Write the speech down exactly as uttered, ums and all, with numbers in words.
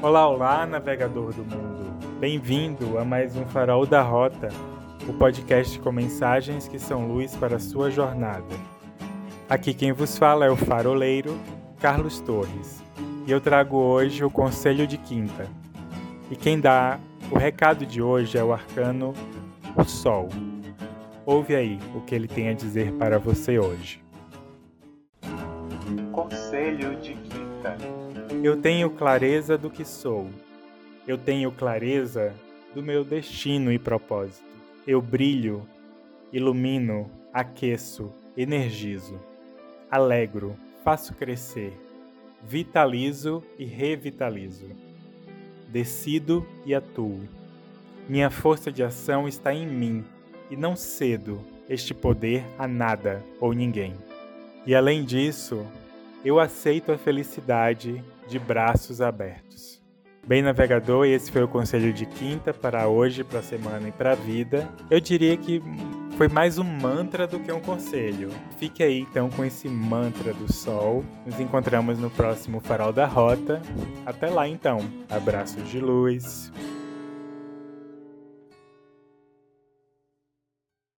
Olá, olá, navegador do mundo. Bem-vindo a mais um Farol da Rota, o podcast com mensagens que são luz para a sua jornada. Aqui quem vos fala é o faroleiro Carlos Torres, e eu trago hoje o Conselho de Quinta. E quem dá o recado de hoje é o arcano o Sol. Ouve aí o que ele tem a dizer para você hoje. Conselho de Quinta. Eu tenho clareza do que sou. Eu tenho clareza do meu destino e propósito. Eu brilho, ilumino, aqueço, energizo, alegro, faço crescer, vitalizo e revitalizo. Decido e atuo. Minha força de ação está em mim e não cedo este poder a nada ou ninguém. E além disso, eu aceito a felicidade de braços abertos. Bem, navegador, esse foi o Conselho de Quinta para hoje, para a semana e para a vida. Eu diria que foi mais um mantra do que um conselho. Fique aí então com esse mantra do Sol. Nos encontramos no próximo Farol da Rota. Até lá então. Abraços de luz.